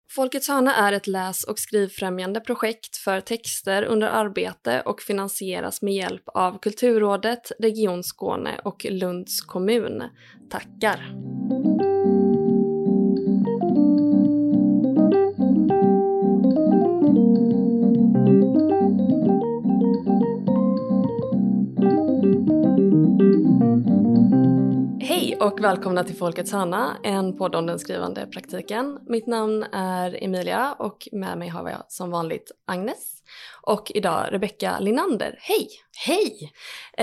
Folkets hörna är ett läs- och skrivfrämjande projekt för texter under arbete och finansieras med hjälp av Kulturrådet, Region Skåne och Lunds kommun. Tackar! Hej och välkomna till Folkets hörna, en podd om den skrivande praktiken. Mitt namn är Emilia och med mig har jag som vanligt Agnes och idag Rebecka Linander. Hej! Hej!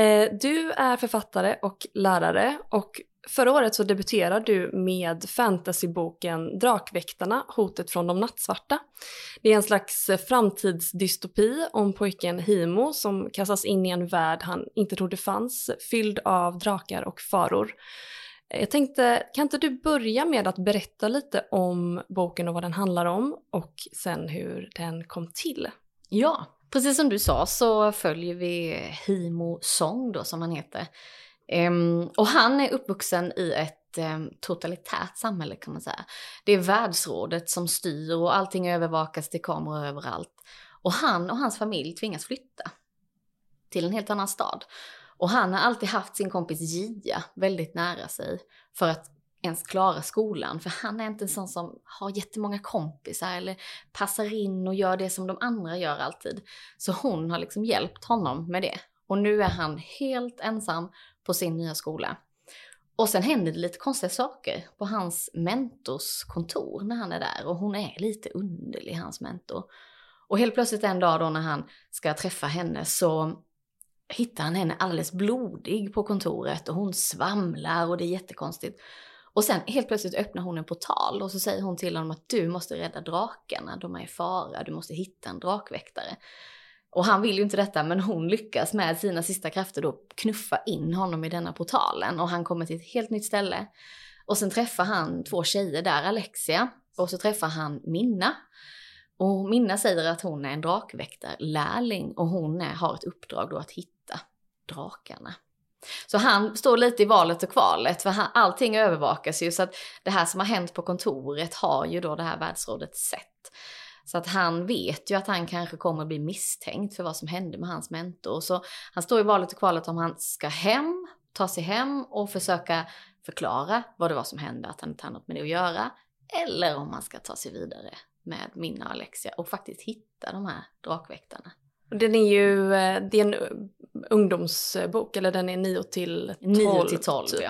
Du är författare och lärare och förra året så debuterade du med fantasyboken Drakväktarna, hotet från de nattsvarta. Det är en slags framtidsdystopi om pojken Himo som kastas in i en värld han inte trodde fanns, fylld av drakar och faror. Jag tänkte, kan inte du börja med att berätta lite om boken och vad den handlar om och sen hur den kom till? Ja, precis som du sa så följer vi Himo Song då som han heter. Och han är uppvuxen i ett totalitärt samhälle kan man säga. Det är världsrådet som styr och allting övervakas till kameror överallt. Och han och hans familj tvingas flytta till en helt annan stad. Och han har alltid haft sin kompis Gia väldigt nära sig för att ens klara skolan. För han är inte en sån som har jättemånga kompisar eller passar in och gör det som de andra gör alltid. Så hon har liksom hjälpt honom med det. Och nu är han helt ensam på sin nya skola. Och sen händer det lite konstiga saker på hans mentors kontor när han är där. Och hon är lite underlig, hans mentor. Och helt plötsligt en dag då när han ska träffa henne så hittar han henne alldeles blodig på kontoret. Och hon svamlar och det är jättekonstigt. Och sen helt plötsligt öppnar hon en portal och så säger hon till honom att du måste rädda drakarna. De är i fara, du måste hitta en drakväktare. Och han vill ju inte detta, men hon lyckas med sina sista krafter då knuffa in honom i denna portalen. Och han kommer till ett helt nytt ställe. Och sen träffar han 2 tjejer där, Alexia. Och så träffar han Minna. Och Minna säger att hon är en drakväktarlärling. Och hon har ett uppdrag då att hitta drakarna. Så han står lite i valet och kvalet. För allting övervakas ju. Så att det här som har hänt på kontoret har ju då det här världsrådet sett. Så att han vet ju att han kanske kommer att bli misstänkt för vad som hände med hans mentor. Så han står i valet och kvalet om han ska ta sig hem och försöka förklara vad det var som hände. Att han inte har något med det att göra. Eller om han ska ta sig vidare med Minna och Alexia och faktiskt hitta de här drakväktarna. Den är ju, det är en ungdomsbok, eller den är 9 till 12 typ, ja.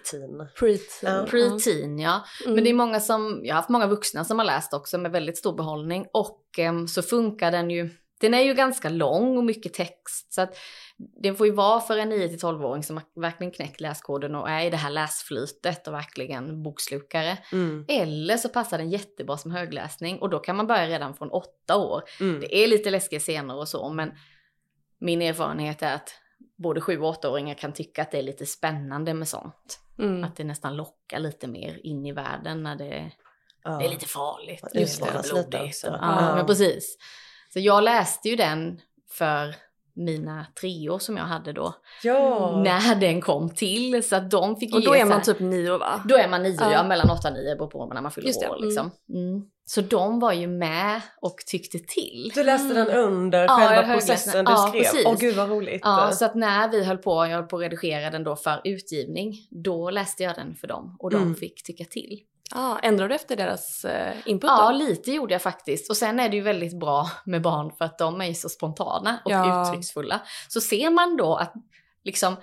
Preteen, ja. Men det är många jag har haft många vuxna som har läst också med väldigt stor behållning. Och så funkar den ju, den är ju ganska lång och mycket text. Så att det får ju vara för en 9-12-åring som verkligen knäckt läskoden och är i det här läsflytet och verkligen bokslukare. Eller så passar den jättebra som högläsning och då kan man börja redan från 8 år. Det är lite läskiga scener och så, men min erfarenhet är att både 7- och 8-åringar kan tycka att det är lite spännande med sånt. Att det nästan lockar lite mer in i världen när det är lite farligt. Just det, men precis. Så jag läste ju den för mina 3 som jag hade då. Ja. När den kom till. Så att de fick och då är man typ 9 va? Då är man 9, ja, mellan 8 och 9 beror på när man fyller år liksom. Så de var ju med och tyckte till. Du läste den under själva processen du skrev. Precis. Åh gud vad roligt. Ja, så att när jag höll på att redigera den då för utgivning, då läste jag den för dem och de fick tycka till. Ändrar du efter deras input då? Ja, då? lite gjorde jag faktiskt. Och sen är det ju väldigt bra med barn för att de är ju så spontana och uttrycksfulla. Så ser man då att liksom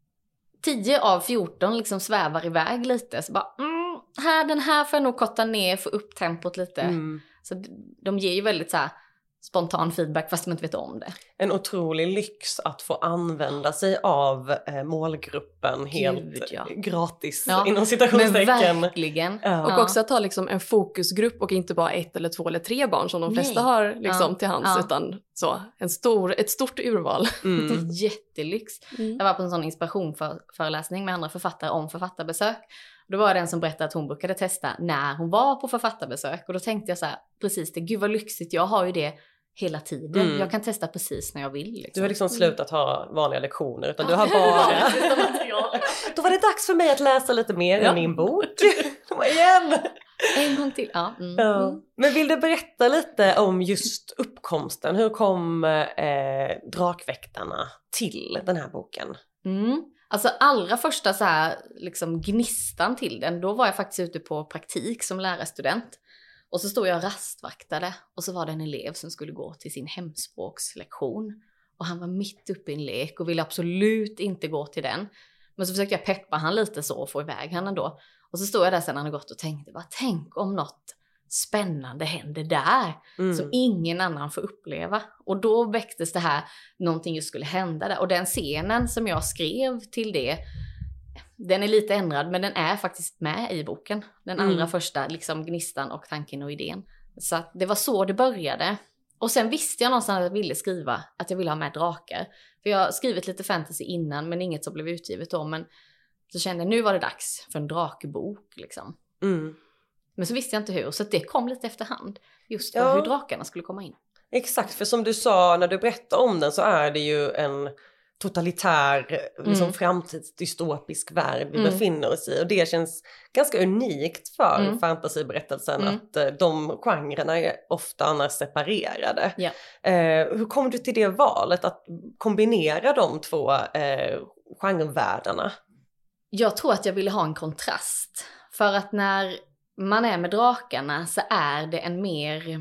10 av 14 liksom svävar iväg lite. Så bara, den här får jag nog korta ner, få upp tempot lite. Så de ger ju väldigt så här spontan feedback fast man inte vet om det. En otrolig lyx att få använda sig av målgruppen helt gratis inom citationstecken. Men verkligen. Och också att ha liksom en fokusgrupp och inte bara 1 eller 2 eller 3 barn som de flesta har liksom till hands utan så ett stort urval. Jättelyx. Jag var på en sån inspirationföreläsning med andra författare om författarbesök. Då var det en som berättade att hon brukade testa när hon var på författarbesök. Och då tänkte jag så här, precis det, gud vad lyxigt, jag har ju det hela tiden. Jag kan testa precis när jag vill. Liksom. Du har liksom slutat ha vanliga lektioner utan du har bara... Då var det dags för mig att läsa lite mer i min bok. Igen! En gång till. Ja. Men vill du berätta lite om just uppkomsten? Hur kom Drakväktarna till den här boken? Alltså allra första så här, liksom gnistan till den, då var jag faktiskt ute på praktik som lärarstudent. Och så stod jag och rastvaktade och så var det en elev som skulle gå till sin hemspråkslektion. Och han var mitt uppe i en lek och ville absolut inte gå till den. Men så försökte jag peppa han lite så och få iväg han ändå. Och så stod jag där sen när han gått och tänkte, bara, tänk om något spännande händer där som ingen annan får uppleva. Och då väcktes det här, någonting just skulle hända där. Och den scenen som jag skrev till det, den är lite ändrad men den är faktiskt med i boken. Den allra första liksom gnistan och tanken och idén. Så att det var så det började. Och sen visste jag någonstans att jag ville skriva att jag ville ha med drakar. För jag har skrivit lite fantasy innan men inget som blev utgivet då. Men så kände jag nu var det dags för en drakbok liksom. Men så visste jag inte hur. Så det kom lite efterhand. Just för hur drakarna skulle komma in. Exakt, för som du sa när du berättade om den så är det ju en totalitär liksom framtidsdystopisk värld vi befinner oss i. Och det känns ganska unikt för fantasyberättelsen att de genrerna är ofta annars separerade. Hur kom du till det valet att kombinera de två genrevärldarna? Jag tror att jag ville ha en kontrast. För att när man är med drakarna så är det en mer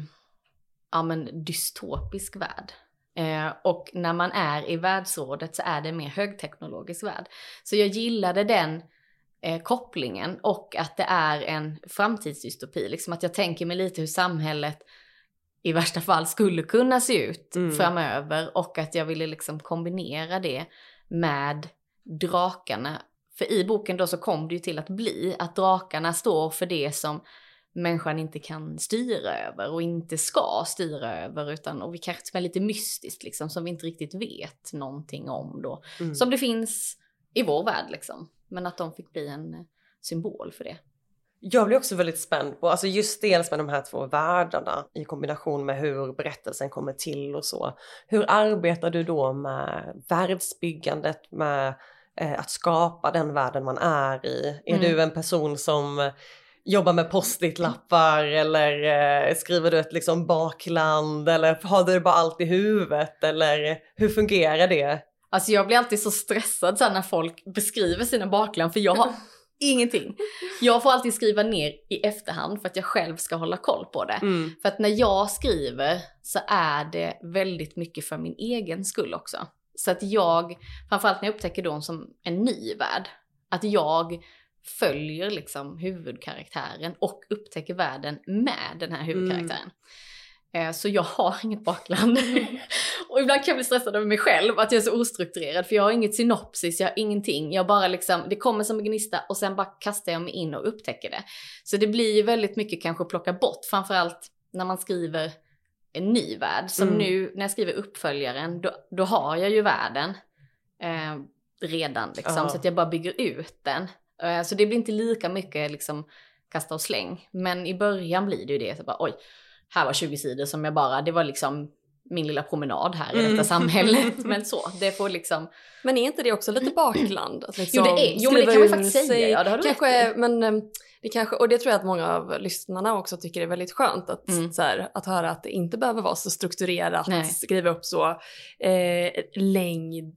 dystopisk värld. Och när man är i världsrådet så är det en mer högteknologisk värld. Så jag gillade den kopplingen och att det är en framtidsdystopi. Liksom att jag tänker mig lite hur samhället i värsta fall skulle kunna se ut framöver. Och att jag ville liksom kombinera det med drakarna. För i boken då så kom det ju till att bli att drakarna står för det som människan inte kan styra över och inte ska styra över och vi kanske är lite mystiskt liksom som vi inte riktigt vet någonting om då. Som det finns i vår värld liksom. Men att de fick bli en symbol för det. Jag blir också väldigt spänd på, alltså just dels med de här två världarna i kombination med hur berättelsen kommer till och så. Hur arbetar du då med världsbyggandet, med att skapa den världen man är i? Är du en person som jobbar med post-it-lappar eller skriver du ett liksom bakland eller har du bara allt i huvudet eller hur fungerar det? Alltså jag blir alltid så stressad så när folk beskriver sina bakland för jag har ingenting. Jag får alltid skriva ner i efterhand för att jag själv ska hålla koll på det. För att när jag skriver så är det väldigt mycket för min egen skull också. Så att jag, framförallt när jag upptäcker dem som en ny värld, att jag följer liksom huvudkaraktären och upptäcker världen med den här huvudkaraktären. Så jag har inget bakland. Och ibland kan jag bli stressad över mig själv att jag är så ostrukturerad. För jag har inget synopsis, jag har ingenting. Jag bara liksom, det kommer som en gnista och sen bara kastar jag mig in och upptäcker det. Så det blir ju väldigt mycket kanske att plocka bort. Framförallt när man skriver en ny värld. Som nu när jag skriver uppföljaren, då har jag ju världen redan liksom. Så att jag bara bygger ut den. Så det blir inte lika mycket liksom kasta och släng. Men i början blir det ju det. Så bara, oj, här var 20 sidor som jag bara, det var liksom min lilla promenad här i detta samhället. Men så, det får liksom... Men är inte det också lite bakland? Att liksom men det kan man faktiskt säga. Ja, det har du kanske, men det kanske, och det tror jag att många av lyssnarna också tycker är väldigt skönt. Att, så här, att höra att det inte behöver vara så strukturerat. Nej. Skriva upp så längd,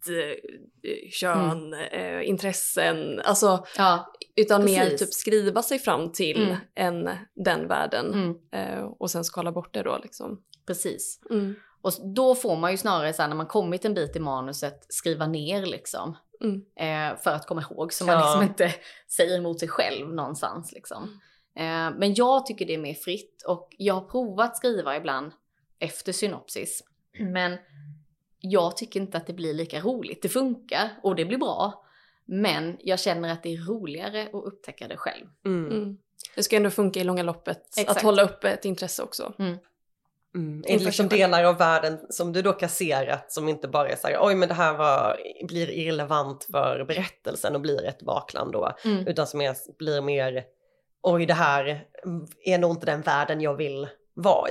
kön, intressen. Alltså, utan precis. Mer typ skriva sig fram till den världen. Och sen skala bort det då liksom. Precis. Och då får man ju snarare så här, när man kommit en bit i manuset skriva ner liksom. För att komma ihåg så man liksom inte säger emot sig själv någonstans liksom. Men jag tycker det är mer fritt och jag har provat skriva ibland efter synopsis. Men jag tycker inte att det blir lika roligt. Det funkar och det blir bra. Men jag känner att det är roligare att upptäcka det själv. Det ska ändå funka i långa loppet. Exakt. Att hålla upp ett intresse också. Är det liksom delar av världen som du då kasserat som inte bara är så här, oj men det här blir irrelevant för berättelsen och blir ett bakland då, utan som blir mer, oj det här är nog inte den världen jag vill vara i.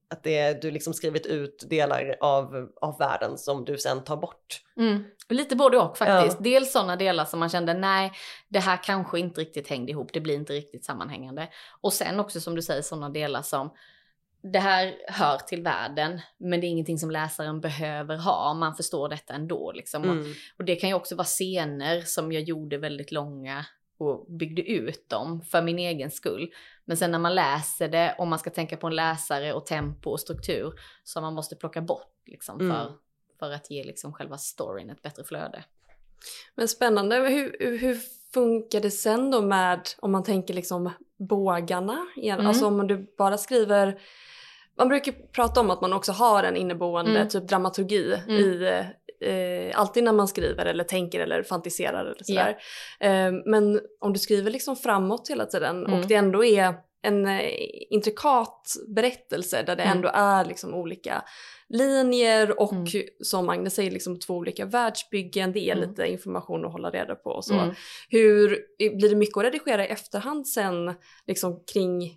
Att du liksom skrivit ut delar av världen som du sen tar bort. Och lite både och faktiskt. Dels sådana delar som man kände, nej, det här kanske inte riktigt hängde ihop, det blir inte riktigt sammanhängande. Och sen också som du säger, sådana delar som, det här hör till världen, men det är ingenting som läsaren behöver ha. Man förstår detta ändå liksom. Och det kan ju också vara scener som jag gjorde väldigt långa och byggde ut dem för min egen skull. Men sen när man läser det, och man ska tänka på en läsare och tempo och struktur, så man måste plocka bort liksom, för att ge liksom själva storyn ett bättre flöde. Men spännande, hur funkar det sen då med, om man tänker liksom bågarna igen? Alltså om du bara skriver, man brukar prata om att man också har en inneboende typ dramaturgi i alltid när man skriver eller tänker eller fantiserar eller sådär. Men om du skriver liksom framåt hela tiden och det ändå är en intrikat berättelse där det ändå är liksom olika linjer och som Agnes säger liksom 2 olika världsbyggen, det är lite information att hålla reda på och så. Hur blir det mycket att redigera i efterhand sen liksom kring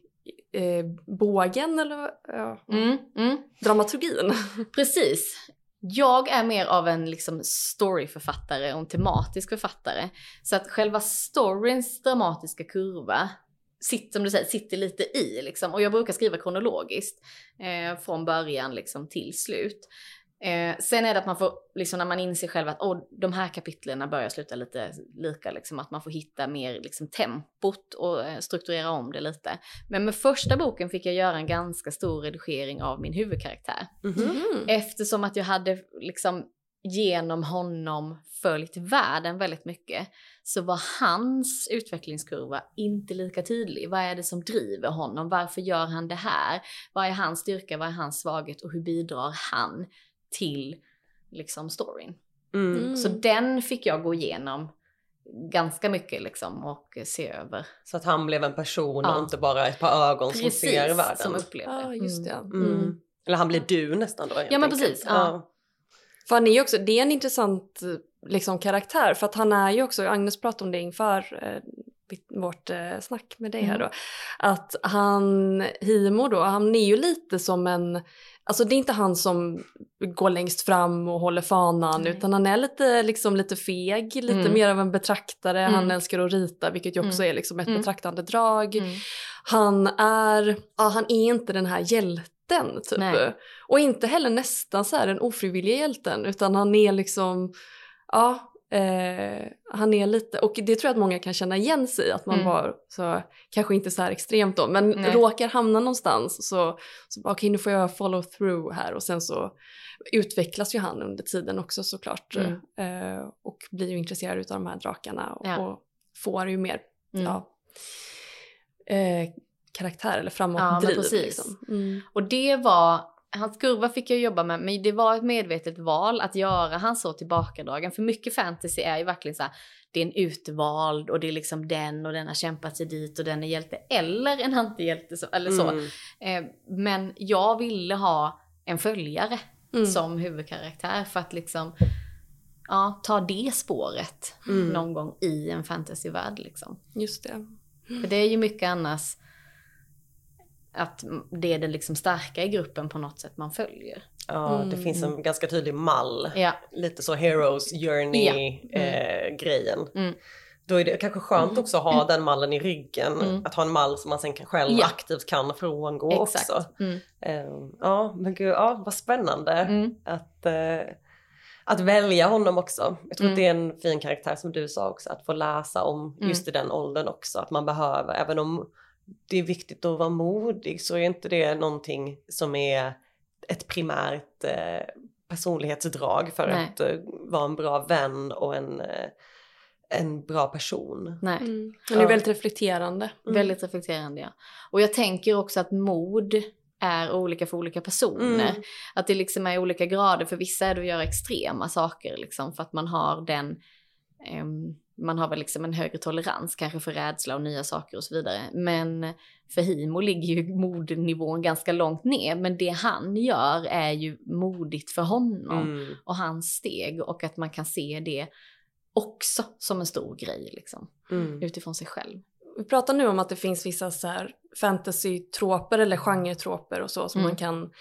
bågen eller dramaturgin? Precis. Jag är mer av en liksom storyförfattare och en tematisk författare. Så att själva storyns dramatiska kurva sitter lite i liksom. Och jag brukar skriva kronologiskt från början liksom till slut. Sen är det att man får, liksom, när man inser själv att de här kapitlerna börjar sluta lite lika, liksom, att man får hitta mer liksom, tempot och strukturera om det lite. Men med första boken fick jag göra en ganska stor redigering av min huvudkaraktär. Eftersom att jag hade liksom, genom honom följt världen väldigt mycket, så var hans utvecklingskurva inte lika tydlig. Vad är det som driver honom? Varför gör han det här? Vad är hans styrka? Vad är hans svaghet? Och hur bidrar han till liksom storyn? Så den fick jag gå igenom ganska mycket liksom, och se över. Så att han blev en person och inte bara ett par ögon som ser världen. Som upplever. Ja, just det. Eller han blir du nästan då. Ja, men precis. För han är ju också, det är en intressant liksom, karaktär, för att han är ju också, Agnes pratade om det inför vårt snack med dig här då, att Himo då, han är ju lite som en, alltså det är inte han som går längst fram och håller fanan, utan han är lite feg, lite mer av en betraktare. Han älskar att rita, vilket ju också är liksom ett betraktande drag. Han är inte den här hjälten typ. Nej. Och inte heller nästan så här den ofrivilliga hjälten, utan han är liksom, han är lite, och det tror jag att många kan känna igen sig i, att man bara, så kanske inte så här extremt då, men råkar hamna någonstans så okej, nu får jag follow through här, och sen så utvecklas ju han under tiden också såklart, och blir ju intresserad av de här drakarna och får ju mer karaktär eller framåt driv liksom. Och det var, hans kurva fick jag jobba med, men det var ett medvetet val att göra han så tillbakadragen. För mycket fantasy är ju verkligen så här, det är en utvald och det är liksom den har kämpat sig dit och den är hjälte eller en antihjälte eller så. Men jag ville ha en följare som huvudkaraktär för att liksom ta det spåret någon gång i en fantasyvärld liksom. Just det. För det är ju mycket annars att det är det liksom starka i gruppen på något sätt man följer. Ja, det finns en ganska tydlig mall. Lite så heroes journey-grejen. Då är det kanske skönt också att ha den mallen i ryggen. Att ha en mall som man sen själv aktivt kan frångå också. Ja, men gud, vad spännande att välja honom också. Jag tror att det är en fin karaktär som du sa också. Att få läsa om just i den åldern också. Att man behöver, även om det är viktigt att vara modig, så är inte det någonting som är ett primärt personlighetsdrag för att vara en bra vän och en bra person. Nej. Han är väldigt reflekterande. Väldigt reflekterande, ja. Och jag tänker också att mod är olika för olika personer. Att det liksom är olika grader. För vissa är det att göra extrema saker liksom, för att man har den man har väl liksom en högre tolerans kanske för rädsla och nya saker och så vidare. Men för Himo ligger ju modnivån ganska långt ner. Men det han gör är ju modigt för honom och hans steg. Och att man kan se det också som en stor grej liksom, utifrån sig själv. Vi pratar nu om att det finns vissa så här fantasy-troper eller genre-troper och så som man kan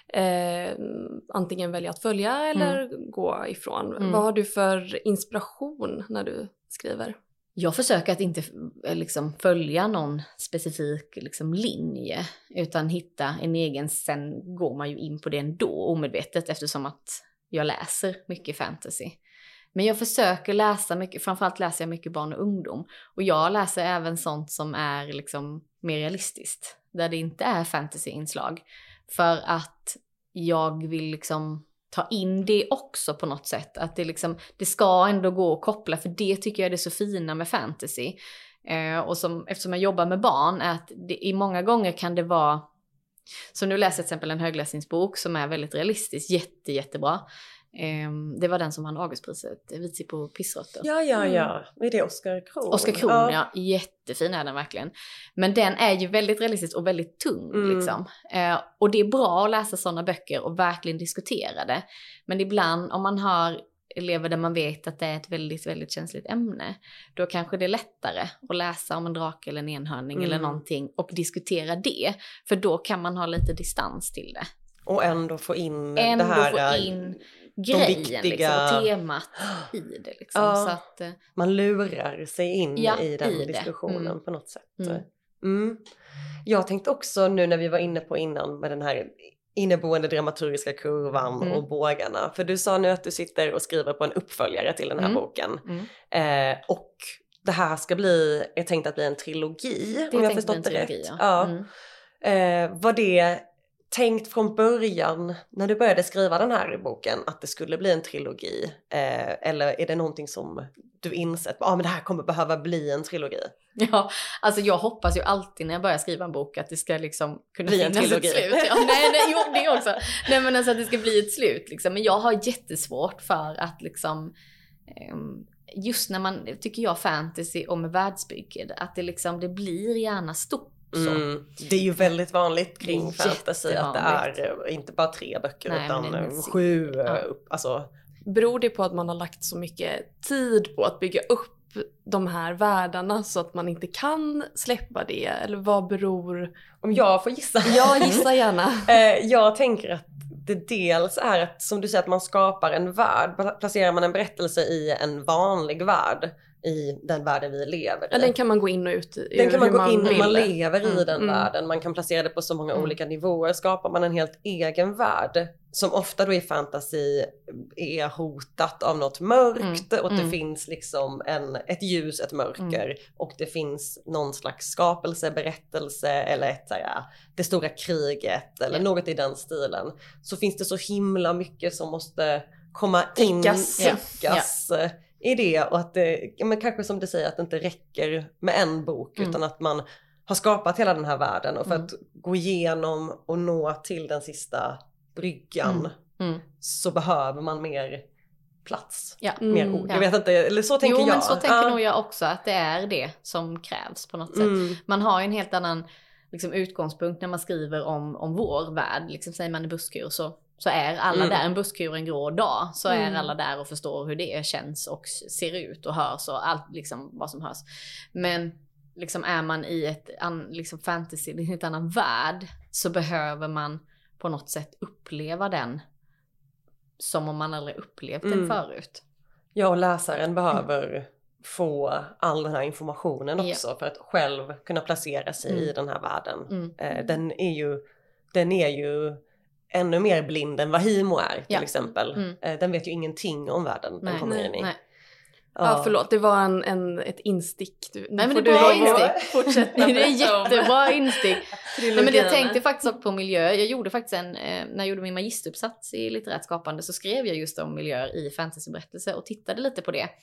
antingen välja att följa eller gå ifrån. Vad har du för inspiration när du skriver? Jag försöker att inte liksom följa någon specifik liksom linje, utan hitta en egen. Sen går man ju in på det ändå omedvetet, eftersom att jag läser mycket fantasy. Men jag försöker läsa mycket, framförallt läser jag mycket barn och ungdom. Och jag läser även sånt som är liksom mer realistiskt, där det inte är fantasy-inslag. För att jag vill liksom ta in det också på något sätt. Att det, liksom, det ska ändå gå att koppla, för det tycker jag är det så fina med fantasy. Och eftersom jag jobbar med barn, är att i många gånger kan det vara... Så nu läser jag till exempel en högläsningsbok som är väldigt realistisk, jättebra. Det var den som vann Augustpriset, Vitsi på pissrötter. Ja. Det är det Oskar Kron. Oskar Kron, ja. Jättefin är den verkligen. Men den är ju väldigt realistisk och väldigt tung liksom. Och det är bra att läsa sådana böcker och verkligen diskutera det. Men ibland om man har elever där man vet att det är ett väldigt, väldigt känsligt ämne, då kanske det är lättare att läsa om en drake eller en enhörning eller någonting och diskutera det. För då kan man ha lite distans till det. Och ändå få in det här... grejen viktiga... liksom, och temat i det liksom. Ja, så att, man lurar sig in i den diskussionen på något sätt. Jag tänkte också nu när vi var inne på innan med den här inneboende dramaturgiska kurvan och bågarna. För du sa nu att du sitter och skriver på en uppföljare till den här boken. Och det här ska bli, är tänkt att bli en trilogi, om jag förstått det rätt. Var det tänkt från början när du började skriva den här boken att det skulle bli en trilogi? Eller är det någonting som du insett, men det här kommer behöva bli en trilogi? Ja, alltså jag hoppas ju alltid när jag börjar skriva en bok att det ska liksom kunna bli en trilogi. Ett slut. Ja, nej, det också. Nej, men alltså att det ska bli ett slut liksom. Men jag har jättesvårt för att liksom just när man, tycker jag, fantasy och med världsbygget, att det liksom, det blir gärna stort. Det är ju väldigt vanligt kring fantasy att det är inte bara 3 böcker utan 7. Alltså. Beror det på att man har lagt så mycket tid på att bygga upp de här världarna så att man inte kan släppa det? Eller vad beror... Om jag får gissa? Ja, gissa gärna. Jag tänker att det dels är att, som du säger, att man skapar en värld. Placerar man en berättelse i en vanlig värld, i den världen vi lever i. Ja, den kan man gå in och ut i. Den kan man gå in och man lever i den världen. Man kan placera det på så många olika nivåer. Skapar man en helt egen värld, som ofta då i fantasy är hotat av något mörkt. Och det finns liksom ett ljus, ett mörker. Och det finns någon slags skapelse, berättelse eller det stora kriget eller något i den stilen. Så finns det så himla mycket som måste komma in, täckas i det. Och att det, men kanske som du säger, att det inte räcker med en bok utan att man har skapat hela den här världen. Och för att gå igenom och nå till den sista bryggan så behöver man mer plats, mer ord. Jag vet inte, eller så tänker jag. Jo, men så tänker nog jag också, att det är det som krävs på något sätt. Man har ju en helt annan liksom, utgångspunkt när man skriver om vår värld. Liksom, säger man i busskur så är alla där, en busskur en grå dag, så är alla där och förstår hur det känns och ser ut och hörs och allt liksom vad som hörs. Men liksom är man i ett liksom fantasy, i en helt annan värld, så behöver man på något sätt uppleva den som om man aldrig upplevt den förut. Ja, och läsaren behöver få all den här informationen också för att själv kunna placera sig i den här världen. Den är ju ännu mer blind än vad Himo är till exempel. Den vet ju ingenting om världen den kommer in i. Nej. Ja, förlåt, det var ett instick. Nej, men det är bra instick. Fortsätt. Det är jättebra instick. Nej, men jag tänkte faktiskt också på miljö. Jag gjorde faktiskt när jag gjorde min magisteruppsats i litterärt skapande, så skrev jag just om miljöer i fantasyberättelse och tittade lite på det.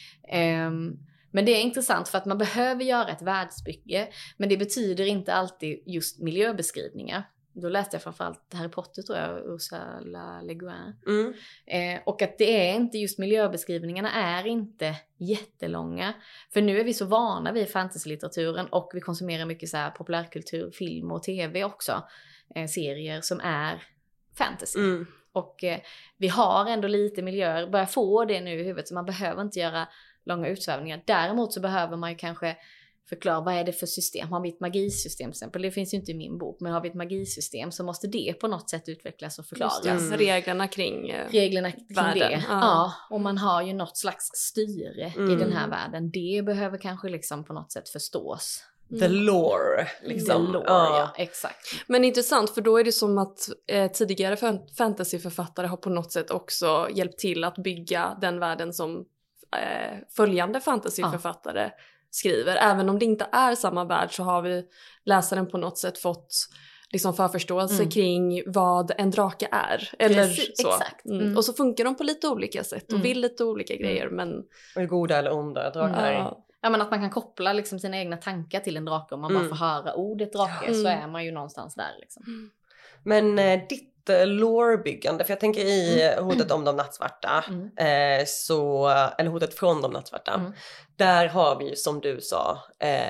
Men det är intressant för att man behöver göra ett världsbygge, men det betyder inte alltid just miljöbeskrivningar. Då läste jag framförallt Harry Potter, tror jag, Ursula Le Guin. Och att det är inte just miljöbeskrivningarna är inte jättelånga. För nu är vi så vana vid fantasylitteraturen och vi konsumerar mycket så här populärkultur, film och tv också. Serier som är fantasy. Och vi har ändå lite miljöer, börjar få det nu i huvudet, så man behöver inte göra långa utsvävningar. Däremot så behöver man ju kanske förklara vad är det för system. Har vi ett magisystem till exempel? Det finns ju inte i min bok, men har vi ett magisystem så måste det på något sätt utvecklas och förklaras. Reglerna kring världen. Det. Ja. Och man har ju något slags styre i den här världen. Det behöver kanske liksom på något sätt förstås. The lore, liksom. The lore, ja, exakt. Men intressant, för då är det som att tidigare fantasyförfattare har på något sätt också hjälpt till att bygga den världen som följande fantasyförfattare skriver. Även om det inte är samma värld så har vi läsaren på något sätt fått liksom förförståelse kring vad en drake är. Eller precis, så. Exakt. Och så funkar de på lite olika sätt och vill lite olika grejer. Men... Och är goda eller onda drakar. Ja, men att man kan koppla liksom sina egna tankar till en drake. Om man bara får höra ordet drake så är man ju någonstans där. Liksom. Men ditt lore-byggande, för jag tänker i Hotet om de nattsvarta, eller Hotet från de nattsvarta, där har vi ju som du sa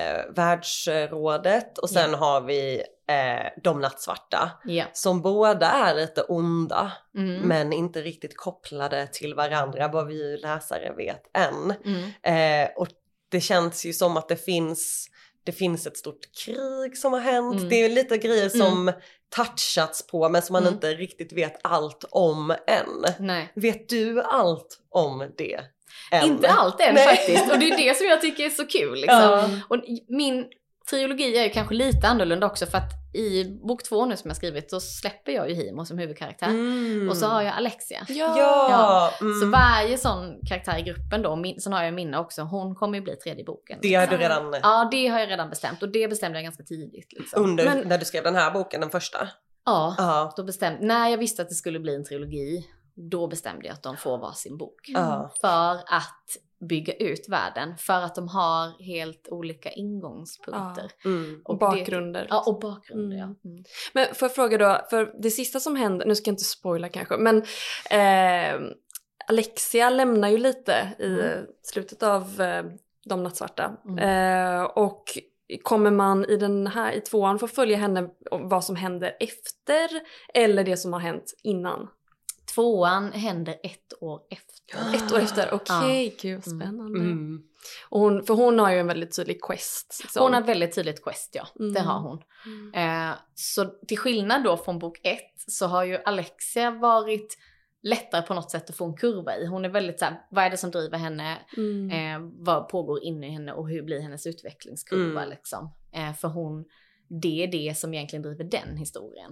världsrådet och sen har vi de nattsvarta som båda är lite onda men inte riktigt kopplade till varandra, vad vi läsare vet än. Och det känns ju som att det finns ett stort krig som har hänt. Det är lite grejer som touchats på men som man inte riktigt vet allt om än. Nej. Vet du allt om det än? Inte allt än faktiskt. Och det är det som jag tycker är så kul. Liksom. Och min trilogi är ju kanske lite annorlunda också för att i bok 2 nu som jag skrivit så släpper jag ju Himo som huvudkaraktär. Och så har jag Alexia. Så varje sån karaktär i gruppen då, sen har jag Minna också, hon kommer ju bli tredje boken. Det har du redan... Ja, det har jag redan bestämt och det bestämde jag ganska tidigt. Liksom. När du skrev den här boken, den första? Ja, då när jag visste att det skulle bli en trilogi, då bestämde jag att de får varsin bok. För att bygga ut världen, för att de har helt olika ingångspunkter. Och bakgrunder. Och bakgrunder, Men får jag fråga då, för det sista som händer, nu ska jag inte spoila kanske, men Alexia lämnar ju lite i slutet av de nattsvarta. Och kommer man i tvåan få följa henne vad som händer efter eller det som har hänt innan? Tvåan händer 1 år efter. 1 år efter, okej, gud spännande. Och hon har ju en väldigt tydlig quest. Liksom. Hon har ett väldigt tydligt quest, det har hon. Så till skillnad då från bok 1 så har ju Alexia varit lättare på något sätt att få en kurva i. Hon är väldigt såhär, vad är det som driver henne? Vad pågår inne i henne och hur blir hennes utvecklingskurva liksom? För det är det som egentligen driver den historien.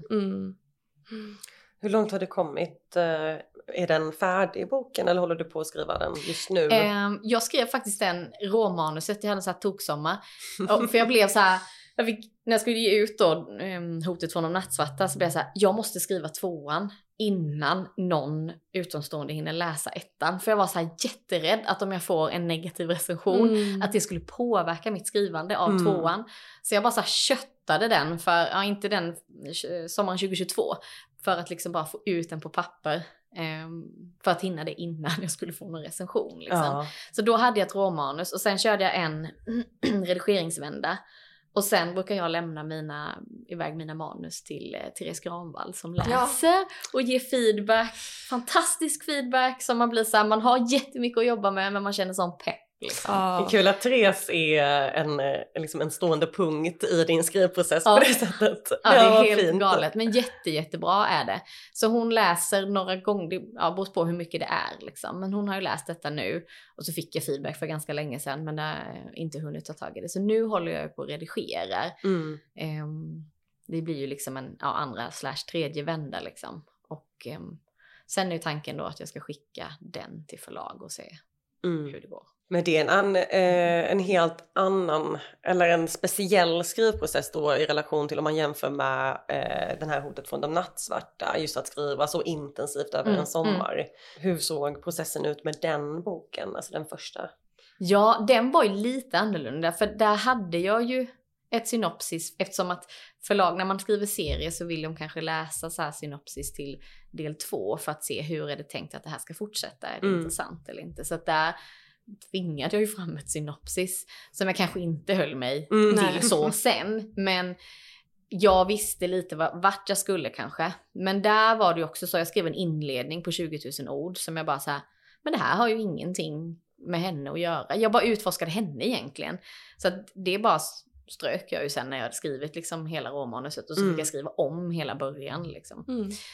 Hur långt har du kommit? Är den färdig i boken eller håller du på att skriva den just nu? Jag skrev faktiskt den råmanuset, jag hade så här toksommar. För jag blev så här, när jag skulle ge ut då Hotet från de nattsvarta så blev jag så här, jag måste skriva 2:an innan någon utomstående hinner läsa 1:an. För jag var så här jätterädd att om jag får en negativ recension att det skulle påverka mitt skrivande av 2:an. Så jag bara så här köttade den för, inte den sommaren 2022, för att liksom bara få ut den på papper. För att hinna det innan jag skulle få någon recension. Liksom. Så då hade jag ett råmanus och sen körde jag en redigeringsvända. Och sen brukar jag lämna iväg mina manus till Therese Granvall som läser och ger feedback. Fantastisk feedback som man blir så här, man har jättemycket att jobba med men man känner sån pepp. Liksom. Det är kul att Therese är en stående punkt i din skrivprocess på det sättet. Ja, det är helt fint. Galet, men jättebra är det. Så hon läser några gånger, det beror på hur mycket det är liksom. Men hon har ju läst detta nu och så fick jag feedback för ganska länge sedan men det har inte hunnit ta tag i det. Så nu håller jag på att redigera. Det blir ju liksom en andra/tredje vända liksom. Och sen är ju tanken då att jag ska skicka den till förlag och se hur det går. Men det är en helt annan eller en speciell skrivprocess då i relation till om man jämför med den här Hotet från de nattsvarta. Just att skriva så intensivt över en sommar. Hur såg processen ut med den boken, alltså den första? Ja, den var ju lite annorlunda för där hade jag ju ett synopsis eftersom att förlag, när man skriver serier så vill de kanske läsa så här synopsis till del 2 för att se hur är det tänkt att det här ska fortsätta. Är det intressant eller inte? Så att där tvingade jag ju fram ett synopsis som jag kanske inte höll mig till så sen. Men jag visste lite vart jag skulle kanske. Men där var det ju också så, jag skrev en inledning på 20 000 ord som jag bara så här, men det här har ju ingenting med henne att göra. Jag bara utforskade henne egentligen. Så att det bara strök jag ju sen när jag hade skrivit liksom hela romanuset. Och så fick jag skriva om hela början liksom.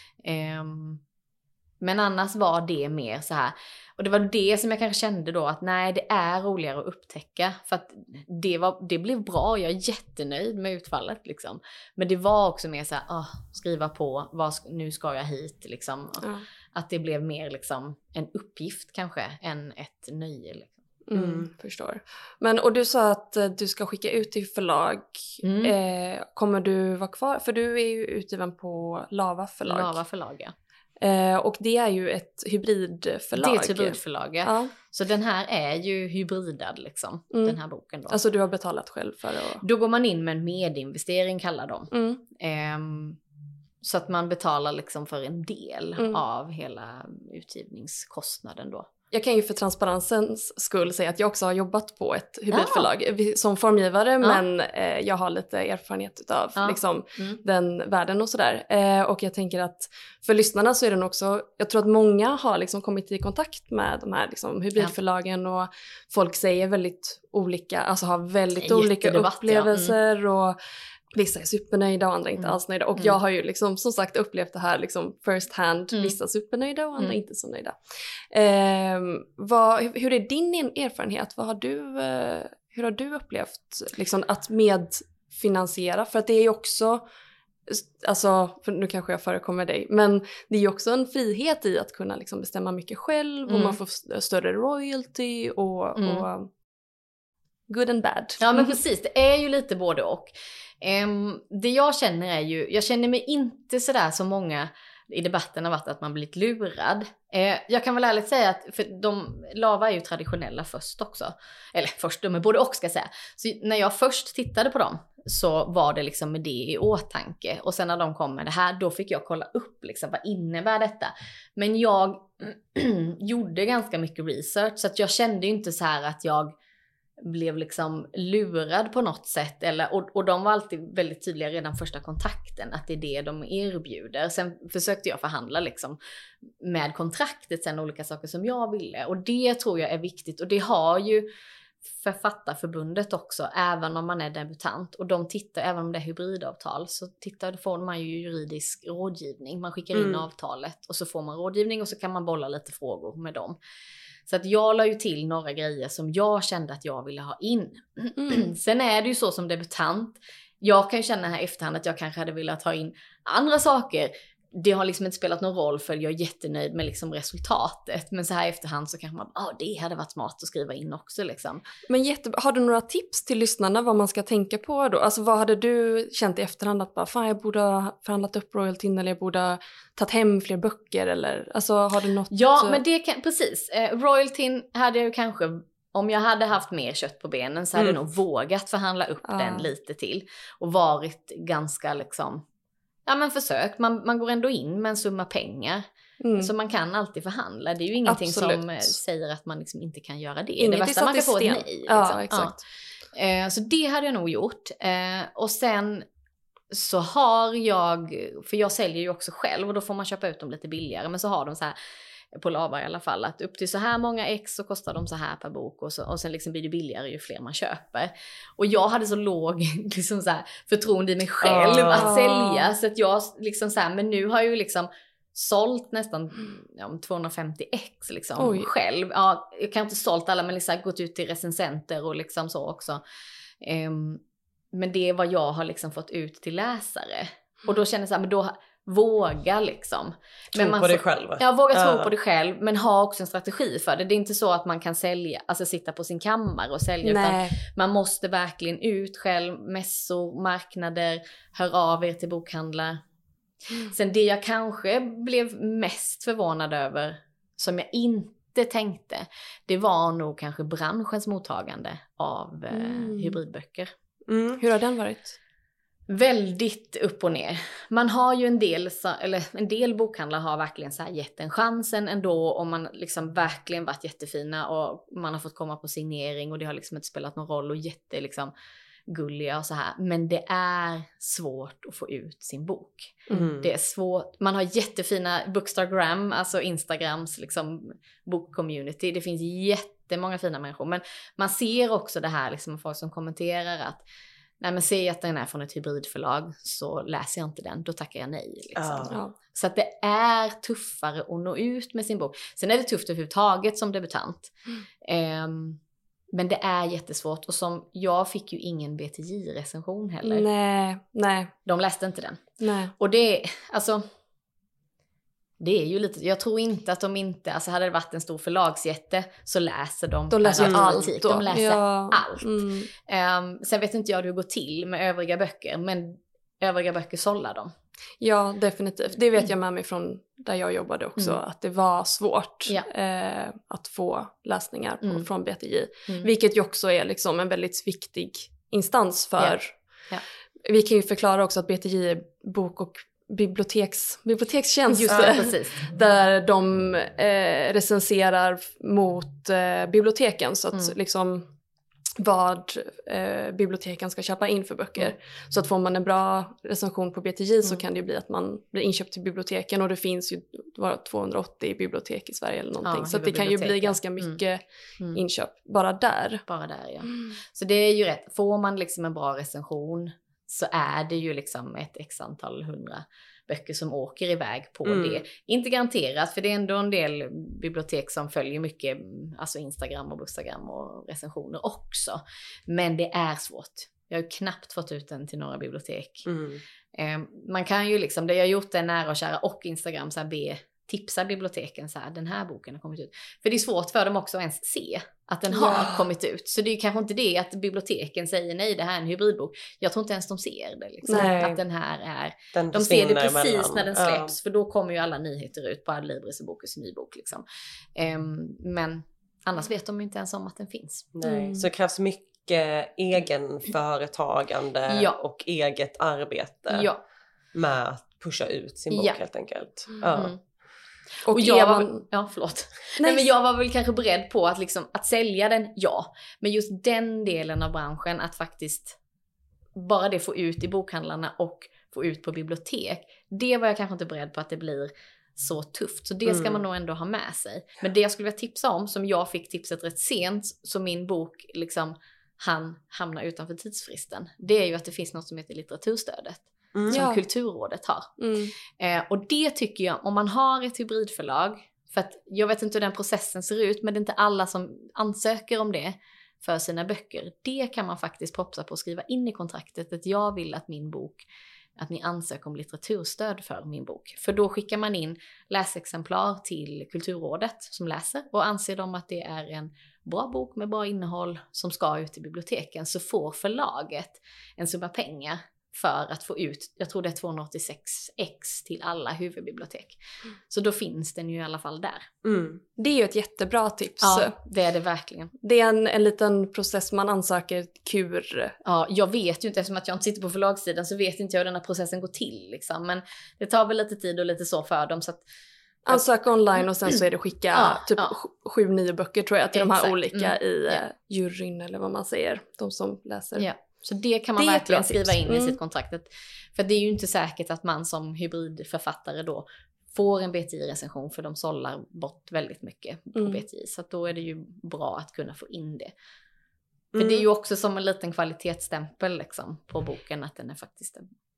Men annars var det mer så här. Och det var det som jag kanske kände då att nej, det är roligare att upptäcka. För att det blev bra, jag är jättenöjd med utfallet liksom. Men det var också mer så här, skriva på, nu ska jag hit liksom. Att det blev mer liksom en uppgift kanske än ett nöje liksom. Förstår. Men och du sa att du ska skicka ut till förlag. Kommer du vara kvar? För du är ju utgiven på Lava förlag. Lava förlag, ja. Och det är ju ett hybridförlag. Det är ett hybridförlag, ja. Så den här är ju hybridad liksom, den här boken då. Alltså du har betalat själv för det? Då går man in med en medinvestering kallar de. Så att man betalar liksom för en del av hela utgivningskostnaden då. Jag kan ju för transparensens skull säga att jag också har jobbat på ett hybridförlag som formgivare, men jag har lite erfarenhet av liksom, den världen och sådär. Och jag tänker att för lyssnarna så är den också, jag tror att många har liksom kommit i kontakt med de här liksom, hybridförlagen och folk säger väldigt olika, alltså har väldigt olika upplevelser och vissa är supernöjda och andra inte alls nöjda. Och jag har ju liksom som sagt upplevt det här liksom first hand. Vissa supernöjda och andra inte så nöjda. Hur är din erfarenhet? Hur har du upplevt liksom, att medfinansiera? För att det är ju också, alltså, för nu kanske jag förekommer dig, men det är ju också en frihet i att kunna liksom, bestämma mycket själv och man får större royalty och good and bad. Ja men precis, det är ju lite både och. Det jag känner är ju, jag känner mig inte sådär som många i debatten har varit att man blivit lurad. Jag kan väl ärligt säga att för Lava är ju traditionella först också. Eller först, de är både och ska jag säga. Så när jag först tittade på dem så var det liksom med det i åtanke. Och sen när de kom med det här, då fick jag kolla upp liksom, vad innebär detta? Men jag gjorde ganska mycket research så att jag kände ju inte så här att jag blev liksom lurad på något sätt och de var alltid väldigt tydliga redan första kontakten att det är det de erbjuder. Sen försökte jag förhandla liksom med kontraktet sen olika saker som jag ville och det tror jag är viktigt och det har ju Författarförbundet också även om man är debutant och de tittar, även om det är hybridavtal så får man ju juridisk rådgivning, man skickar in avtalet och så får man rådgivning och så kan man bolla lite frågor med dem. Så att jag la ju till några grejer som jag kände att jag ville ha in. Sen är det ju så som debutant. Jag kan ju känna här efterhand att jag kanske hade velat ha in andra saker. Det har liksom inte spelat någon roll för jag är jättenöjd med liksom resultatet. Men så här efterhand så kanske man, det hade varit smart att skriva in också liksom. Men har du några tips till lyssnarna vad man ska tänka på då? Alltså vad hade du känt i efterhand att bara, fan jag borde ha förhandlat upp royaltyn eller jag borde ha tagit hem fler böcker eller, alltså har du något? Ja men det kan, precis. Royaltyn hade jag ju kanske, om jag hade haft mer kött på benen så hade jag nog vågat förhandla upp den lite till. Och varit ganska liksom, ja men försök, man går ändå in med en summa pengar. Så man kan alltid förhandla. Det är ju ingenting som säger att man liksom inte kan göra det. Inget det värsta man kan få ett nej. Liksom. Ja, exakt. Ja. Så det hade jag nog gjort. Och sen så har jag, för jag säljer ju också själv och då får man köpa ut dem lite billigare. Men så har de så här, på Lava i alla fall, att upp till så här många ex så kostar de så här per bok och sen liksom blir det billigare ju fler man köper. Och jag hade så låg liksom så här, förtroende i mig själv att sälja så att jag liksom så här, men nu har jag ju liksom sålt nästan 250 ex liksom själv. Ja, jag kan inte sålt alla men liksom gått ut till recensenter och liksom så också. Men det är vad jag har liksom fått ut till läsare. Och då känner jag så här, men då våga liksom. Tro på dig själv. Ja, våga tro på dig själv men ha också en strategi för det. Det är inte så att man kan sälja, alltså sitta på sin kammare och sälja utan man måste verkligen ut själv, mässor, marknader, hör av er till bokhandlar. Sen det jag kanske blev mest förvånad över som jag inte tänkte, det var nog kanske branschens mottagande av hybridböcker. Hur har den varit? Väldigt upp och ner. Man har ju en del bokhandlare har verkligen så här gett en chansen ändå om man liksom verkligen varit jättefina och man har fått komma på signering och det har liksom inte spelat någon roll och jätte liksom gulliga och så här. Men det är svårt att få ut sin bok. Det är svårt. Man har jättefina Bookstagram, alltså Instagrams liksom bokcommunity. Det finns jättemånga fina människor. Men man ser också det här liksom, folk som kommenterar att nej, men ser jag att den är från ett hybridförlag så läser jag inte den, då tackar jag nej. Liksom. Ja. Så att det är tuffare att nå ut med sin bok. Sen är det tufft överhuvudtaget som debutant. Men det är jättesvårt. Och som jag fick ju ingen BTJ-recension heller. Nej. De läste inte den. Nej. Och det, alltså, det är ju lite, jag tror inte att de inte, alltså hade det varit en stor förlagsjätte så läser de. De läser ju allt då. De läser allt. Mm. Sen vet inte jag hur det går till med övriga böcker, men övriga böcker sållar de. Ja, definitivt. Det vet jag med mig från där jag jobbade också, att det var svårt att få läsningar från BTJ. Vilket ju också är liksom en väldigt viktig instans för... Ja. Vi kan ju förklara också att BTJ är bok- och bibliotekstjänst. Just det, precis. Där de recenserar mot biblioteken, så att liksom vad biblioteken ska köpa in för böcker. Så att får man en bra recension på BTJ så kan det ju bli att man blir inköpt till biblioteken, och det finns ju 280 bibliotek i Sverige eller någonting. Så att det kan ju bli ganska mycket inköp bara där. Bara där, ja. Så det är ju rätt. Får man liksom en bra recension så är det ju liksom ett x antal 100 böcker som åker iväg på det. Inte garanterat, för det är ändå en del bibliotek som följer mycket, alltså Instagram och Bookstagram och recensioner också. Men det är svårt. Jag har ju knappt fått ut den till några bibliotek. Man kan ju liksom, det jag har gjort är nära och kära och Instagram så här tipsa biblioteken så här, den här boken har kommit ut. För det är svårt för dem också att ens se att den har kommit ut. Så det är ju kanske inte det att biblioteken säger nej, det här är en hybridbok. Jag tror inte ens de ser det liksom, att den här är... De ser det precis när den släpps, för då kommer ju alla nyheter ut på Adlibris och Bokus ny bok liksom. Men annars vet de ju inte ens om att den finns. Nej, så det krävs mycket egenföretagande och eget arbete med att pusha ut sin bok helt enkelt. Och jag var, förlåt. Nej, men jag var väl kanske beredd på att, liksom, att sälja den, men just den delen av branschen, att faktiskt bara det få ut i bokhandlarna och få ut på bibliotek, det var jag kanske inte beredd på att det blir så tufft. Så det ska man nog ändå ha med sig. Men det jag skulle vilja tipsa om, som jag fick tipset rätt sent, så min bok liksom hamnar utanför tidsfristen, det är ju att det finns något som heter litteraturstödet. Som Kulturrådet har. Och det tycker jag, om man har ett hybridförlag, för att jag vet inte hur den processen ser ut, men det är inte alla som ansöker om det för sina böcker. Det kan man faktiskt propsa på att skriva in i kontraktet, att jag vill att min bok, att ni ansöker om litteraturstöd för min bok. För då skickar man in läsexemplar till Kulturrådet som läser, och anser de att det är en bra bok med bra innehåll som ska ut i biblioteken, så får förlaget en summa pengar för att få ut, jag tror det är 286x till alla huvudbibliotek. Så då finns den ju i alla fall där. Det är ju ett jättebra tips. Ja, det är det verkligen. Det är en liten process, man ansöker kur. Ja, jag vet ju inte, eftersom att jag inte sitter på förlagssidan så vet inte jag hur den här processen går till liksom. Men det tar väl lite tid och lite så för dem, så att ansöka online och sen så är det skicka 7-9 böcker tror jag till de här olika i juryn eller vad man säger, de som läser. Ja. Så det kan man verkligen skriva in i sitt kontrakt. För det är ju inte säkert att man som hybridförfattare då får en BTI-recension, för de sållar bort väldigt mycket på BTI. Så att då är det ju bra att kunna få in det. För det är ju också som en liten kvalitetsstämpel liksom, på boken, att den är faktiskt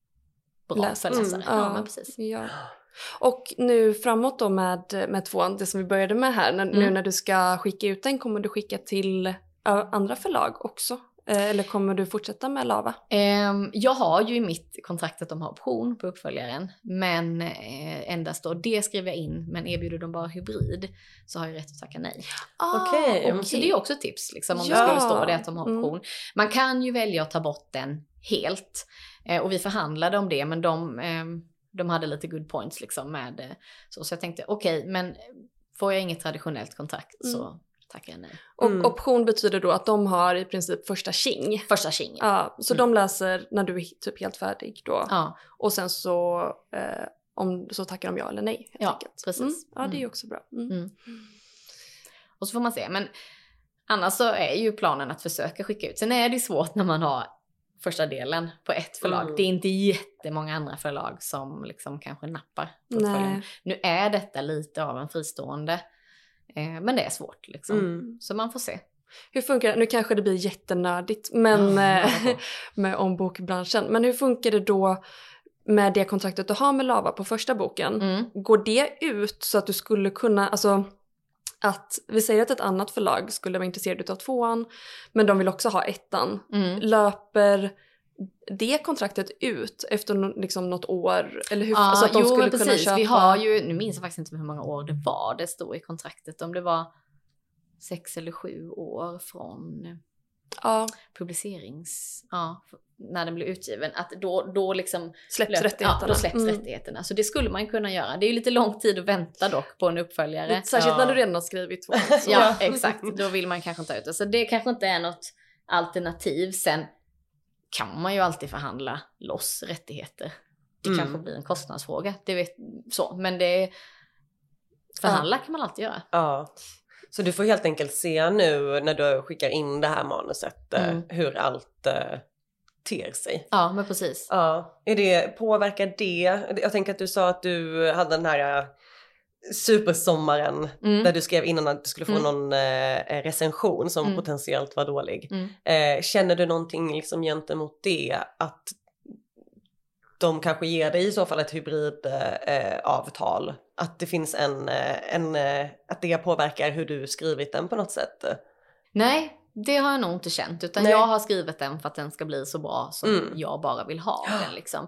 bra för läsare. Ja, men precis. Ja. Och nu framåt då med tvåan, det som vi började med här, nu när du ska skicka ut den, kommer du skicka till andra förlag också? Eller kommer du fortsätta med Lava? Jag har ju i mitt kontrakt att de har option på uppföljaren. Men endast då, det skriver jag in. Men erbjuder de bara hybrid så har jag rätt att tacka nej. Okej. Så det är också ett tips liksom, om det skulle stå det att de har option. Man kan ju välja att ta bort den helt. Och vi förhandlade om det, men de hade lite good points liksom med så jag tänkte okej, men får jag inget traditionellt kontrakt så tackar jag nej. Och option betyder då att de har i princip första tjing. Första tjing. Ja, så de läser när du är typ helt färdig då. Ja. Och sen så så tackar de ja eller nej. Ja, precis. Ja, det är ju också bra. Och så får man se, men annars så är ju planen att försöka skicka ut. Sen är det svårt när man har första delen på ett förlag. Det är inte jättemånga andra förlag som liksom kanske nappar på uppföljaren. Nu är detta lite av en fristående Men det är svårt liksom. Så man får se. Hur funkar det? Nu kanske det blir jättenördigt men, om bokbranschen. Men hur funkar det då med det kontraktet du har med Lava på första boken? Går det ut så att du skulle kunna, alltså att vi säger att ett annat förlag skulle vara intresserad av 2:an men de vill också ha 1:an. Löper det kontraktet ut efter liksom något år? Eller hur, så att de skulle kunna precis. köpa? Vi har ju, nu minns jag faktiskt inte hur många år det var det stod i kontraktet. Om det var 6 eller 7 år från publicerings... när den blev utgiven. Att då liksom... Släpps rättigheterna. Ja, då släpps rättigheterna. Så det skulle man kunna göra. Det är ju lite lång tid att vänta dock på en uppföljare. Särskilt när du redan har skrivit 2. Ja, exakt. Då vill man kanske inte ta ut det. Så det kanske inte är något alternativ. Sen kan man ju alltid förhandla loss rättigheter. Det kanske blir en kostnadsfråga. Det vet så. Men det... Förhandla kan man alltid göra. Ja. Så du får helt enkelt se nu när du skickar in det här manuset hur allt ter sig. Ja, men precis. Ja. Påverkar det? Jag tänker att du sa att du hade den här supersommaren där du skrev innan att du skulle få någon recension som potentiellt var dålig. Känner du någonting liksom gentemot det? Att de kanske ger dig i så fall ett hybridavtal? Att det finns att det påverkar hur du skrivit den på något sätt? Nej, det har jag nog inte känt. Utan jag har skrivit den för att den ska bli så bra som jag bara vill ha den liksom.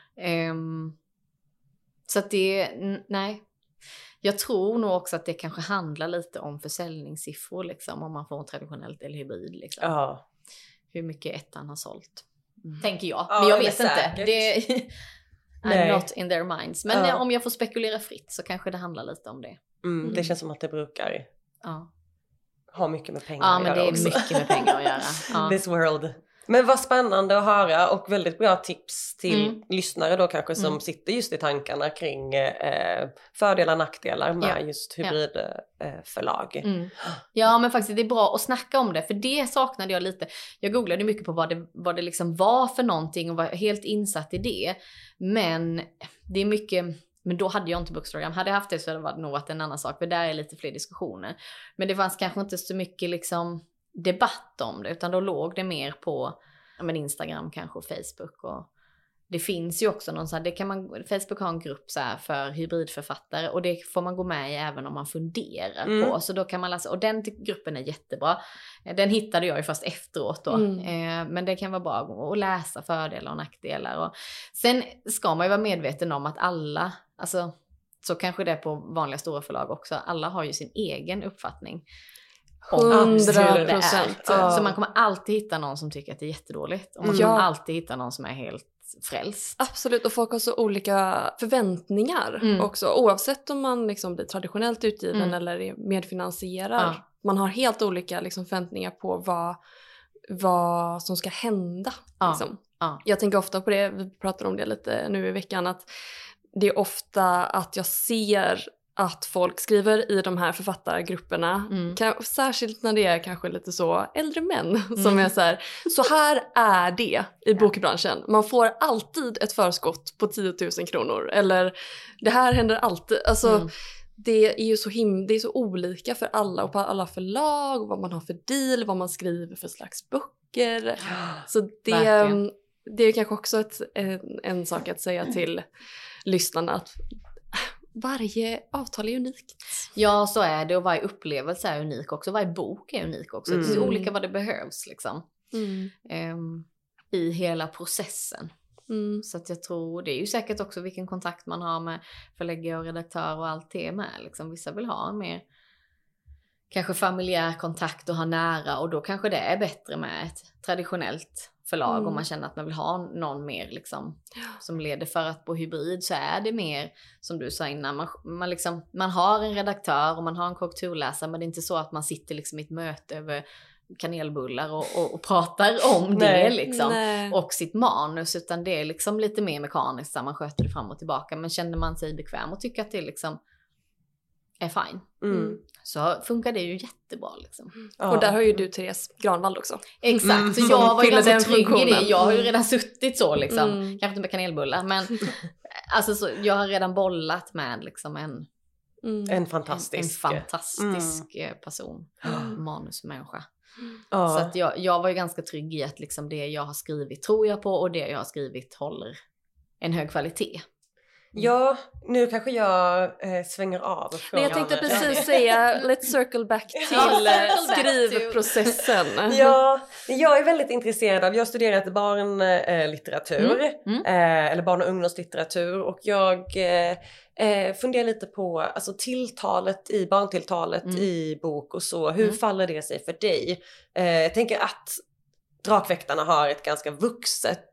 Så att nej. Jag tror nog också att det kanske handlar lite om försäljningssiffror liksom. Om man får en traditionellt eller hybrid liksom. Ja. Hur mycket 1:an har sålt. Tänker jag. Men jag vet inte. I'm not in their minds. Men om jag får spekulera fritt så kanske det handlar lite om det. Det känns som att det brukar ha mycket med pengar att göra. Ja, men det är mycket med pengar att göra. This world. Men vad spännande att höra och väldigt bra tips till lyssnare då kanske som sitter just i tankarna kring fördelar och nackdelar med just hybridförlag. Ja, men faktiskt det är bra att snacka om det, för det saknade jag lite. Jag googlade mycket på vad det liksom var för någonting och var helt insatt i det. Men det är mycket... Men då hade jag inte Bookstagram. Hade jag haft det så hade det nog varit en annan sak. För där är lite fler diskussioner. Men det fanns kanske inte så mycket liksom debatt om det. Utan då låg det mer på Instagram kanske och Facebook. Och det finns ju också någon så här, Facebook har en grupp så här för hybridförfattare. Och det får man gå med i även om man funderar på. Så då kan man läsa. Och den gruppen är jättebra. Den hittade jag ju först efteråt då. Men det kan vara bra att läsa fördelar och nackdelar. Och sen ska man ju vara medveten om att alla, alltså så kanske det är på vanliga stora förlag också. Alla har ju sin egen uppfattning. 100%. Så man kommer alltid hitta någon som tycker att det är jättedåligt. Och man kommer alltid hitta någon som är helt frälst. Absolut, och folk har så olika förväntningar också. Oavsett om man liksom blir traditionellt utgiven eller medfinansierar. Man har helt olika liksom förväntningar på vad som ska hända. Liksom. Jag tänker ofta på det, vi pratar om det lite nu i veckan, att det är ofta att jag ser att folk skriver i de här författargrupperna, särskilt när det är kanske lite så äldre män som är så här är det i bokbranschen. Man får alltid ett förskott på 10 000 kronor eller det här händer alltid. Alltså det är ju det är så olika för alla och på alla förlag, vad man har för deal, vad man skriver för slags böcker. Så det är kanske också en sak att säga till lyssnarna att varje avtal är unikt. Ja, så är det, och varje upplevelse är unik också. Varje bok är unik också. Det är olika vad det behövs liksom. I hela processen. Så att jag tror, det är ju säkert också vilken kontakt man har med förläggare och redaktör och allt det med. Liksom. Vissa vill ha en mer kanske familjär kontakt och ha nära, och då kanske det är bättre med ett traditionellt förlag om man känner att man vill ha någon mer liksom, som leder. För att på hybrid så är det mer som du sa innan, man har en redaktör och man har en korrekturläsare, men det är inte så att man sitter liksom i ett möte över kanelbullar och pratar om det liksom, och sitt manus, utan det är liksom lite mer mekaniskt så man sköter det fram och tillbaka. Men känner man sig bekväm och tycker att det liksom är fine, så funkar det ju jätgebra liksom. Och där har ju du Therese Granvald också. Exakt, så jag var ju ganska trygg i det. Jag har ju redan suttit så liksom, kanske inte med kanelbullar, men alltså så, jag har redan bollat med liksom En fantastisk person, manusmänniska. Ja. Så att jag var ju ganska trygg i att liksom det jag har skrivit tror jag på, och det jag har skrivit håller en hög kvalitet. Ja, nu kanske jag svänger av. Nej, jag tänkte precis säga, let's circle back till skrivprocessen. Ja, jag är väldigt intresserad av, jag har studerat barnlitteratur, eller barn- och ungdomslitteratur, och jag funderar lite på alltså, barntilltalet i bok och så. Hur faller det sig för dig? Jag tänker att Drakväktarna har ett ganska vuxet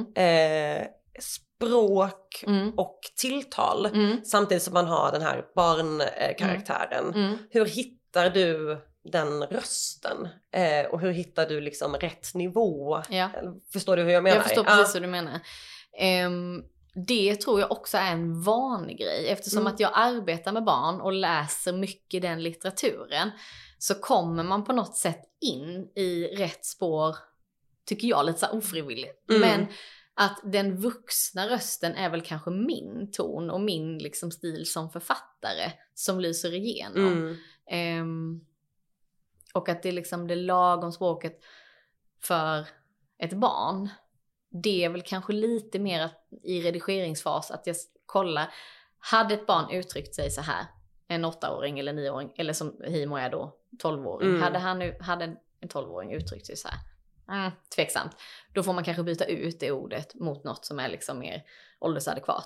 språk och tilltal, samtidigt som man har den här barnkaraktären. Hur hittar du den rösten? Och hur hittar du liksom rätt nivå? Ja. Förstår du hur jag menar? Jag förstår precis hur du menar. Det tror jag också är en vanlig grej. Eftersom att jag arbetar med barn och läser mycket den litteraturen, så kommer man på något sätt in i rätt spår, tycker jag, lite så ofrivilligt. Men att den vuxna rösten är väl kanske min ton och min liksom stil som författare som lyser igenom. Och att det är liksom det lagom språket för ett barn. Det är väl kanske lite mer att, i redigeringsfas, att jag kollar, hade ett barn uttryckt sig så här, en 8-åring eller 9-åring, eller som Himo är då, 12-åring. Hade en 12-åring uttryckt sig så här, tveksamt. Då får man kanske byta ut det ordet mot något som är liksom mer åldersadekvat.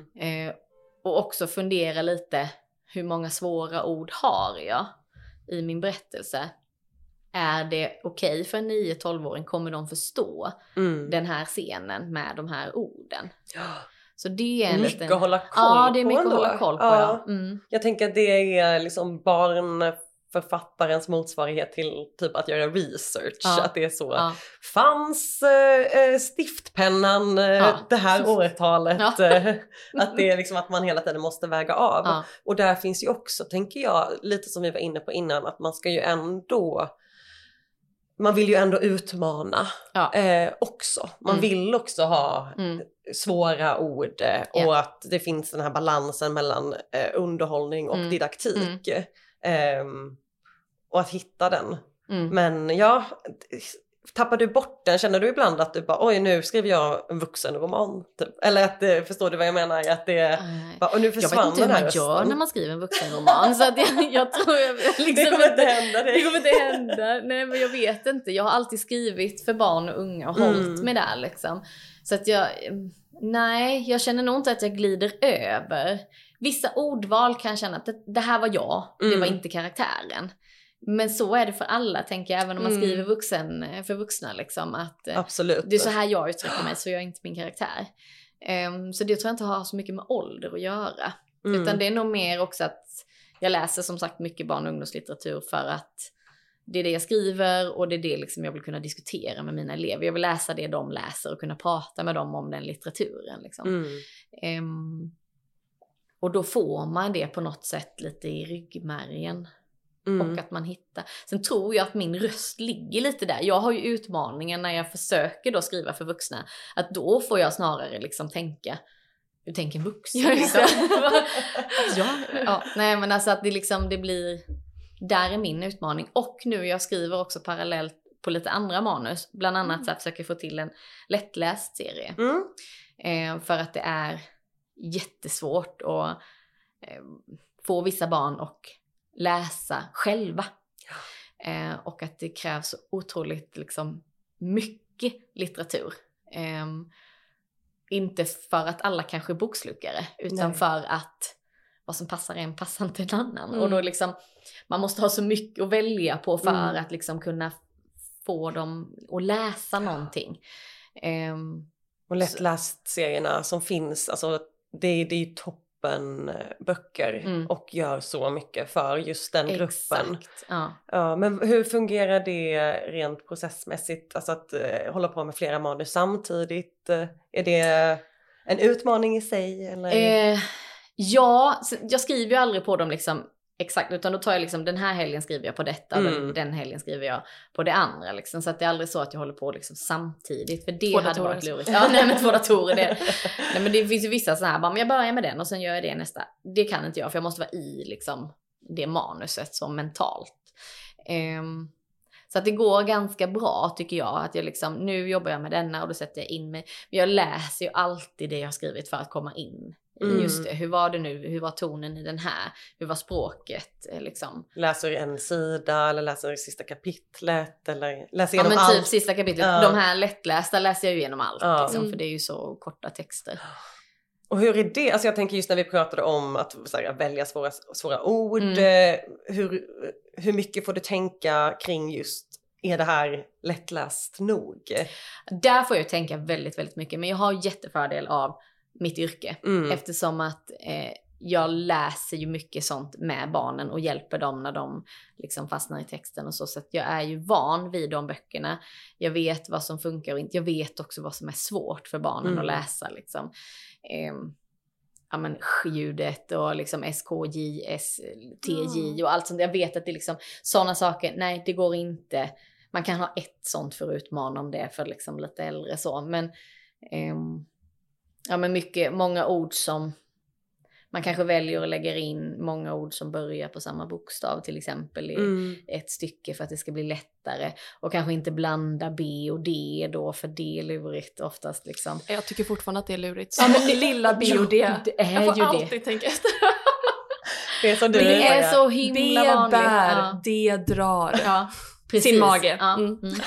Och också fundera lite, hur många svåra ord har jag i min berättelse? Är det okej för en 9-12-åring? Kommer de förstå den här scenen med de här orden? Så det är en mycket liten... att hålla koll på. Ja, det är mycket att hålla koll på. Ja. Jag tänker att det är liksom barnförfattarens motsvarighet till typ att göra research. Att det är så. Fanns stiftpennan det här årtalet? Att det är liksom att man hela tiden måste väga av. Och där finns ju också, tänker jag, lite som vi var inne på innan, att man ska ju ändå... Man vill ju ändå utmana också. Man vill också ha svåra ord och att det finns den här balansen mellan underhållning och didaktik. Och att hitta den. Men tappar du bort den? Känner du ibland att du bara, oj, nu skriver jag en vuxenroman? Typ. Eller att, förstår du vad jag menar? Att det bara, och nu försvann jag vet inte hur man gör när man skriver en vuxenroman. Så att jag tror liksom det kommer inte hända. Det kommer inte hända. Nej, men jag vet inte. Jag har alltid skrivit för barn och unga och hållit mig där liksom. Så att jag känner nog inte att jag glider över. Vissa ordval kan jag känna att det här var jag. Det var inte karaktären. Men så är det för alla, tänker jag, även om man skriver för vuxna liksom, att absolut. Det är så här jag uttrycker mig, så jag är inte min karaktär. Så det tror jag inte har så mycket med ålder att göra. Utan det är nog mer också att jag läser som sagt mycket barn- och ungdomslitteratur för att det är det jag skriver och det är det liksom jag vill kunna diskutera med mina elever. Jag vill läsa det de läser och kunna prata med dem om den litteraturen liksom. Och då får man det på något sätt lite i ryggmärgen. Och att man hittar. Sen tror jag att min röst ligger lite där. Jag har ju utmaningen när jag försöker då skriva för vuxna. Att då får jag snarare liksom tänka. Du tänker vuxen liksom. Nej, men alltså att det liksom det blir. Där är min utmaning. Och nu jag skriver också parallellt på lite andra manus. Bland annat så att försöka få till en lättläst serie. För att det är jättesvårt att få vissa barn och läsa själva. Och att det krävs otroligt liksom, mycket litteratur. Inte för att alla kanske är boksluckare, utan för att vad som passar en passar inte en annan. Och då liksom, man måste ha så mycket att välja på för att liksom kunna få dem att läsa någonting. Och lättläst-serierna som finns, alltså det är ju böcker och gör så mycket för just den gruppen. Ja, men hur fungerar det rent processmässigt? Alltså att hålla på med flera manus samtidigt. Är det en utmaning i sig? Eller? Ja, jag skriver ju aldrig på dem liksom exakt, utan då tar jag liksom den här helgen skriver jag på detta och den helgen skriver jag på det andra liksom. Så att det är aldrig så att jag håller på liksom samtidigt, för det två hade datorer. varit lurigt. Ja, nej men 2 datorer det. Nej men det finns ju vissa så här, men jag börjar med den och sen gör jag det nästa. Det kan inte jag, för jag måste vara i liksom det manuset så mentalt. Så att det går ganska bra tycker jag, att jag liksom, nu jobbar jag med denna och då sätter jag in mig. Men jag läser ju alltid det jag har skrivit för att komma in. Just det, hur var det nu? Hur var tonen i den här? Hur var språket? Liksom. Läser en sida eller läser sista kapitlet eller läser igenom men allt? typ sista kapitlet. De här lättlästa läser jag ju igenom allt liksom, för det är ju så korta texter. Och hur är det? Alltså jag tänker just när vi pratade om att så här, välja svåra ord. Hur mycket får du tänka kring just, är det här lättläst nog? Där får jag tänka väldigt, väldigt mycket. Men jag har jättefördel av mitt yrke. Eftersom att jag läser ju mycket sånt med barnen och hjälper dem när de liksom fastnar i texten och så. Så att jag är ju van vid de böckerna. Jag vet vad som funkar och inte. Jag vet också vad som är svårt för barnen att läsa liksom. Ja men ljudet och liksom SKJ, STJ och allt sånt. Jag vet att det är liksom sådana saker. Nej, det går inte. Man kan ha ett sånt för att utmana om det är för liksom lite äldre så. Men ja men många ord som man kanske väljer att lägga in många ord som börjar på samma bokstav till exempel i ett stycke för att det ska bli lättare. Och kanske inte blanda B och D då, för det är lurigt oftast liksom. Jag tycker fortfarande att det är lurigt. Ja, men lilla B och D. Det är jag får ju alltid det. tänka efter. Det är, som du det är så himla B vanligt. bär, D drar. Ja, precis. Sin mage. Ja.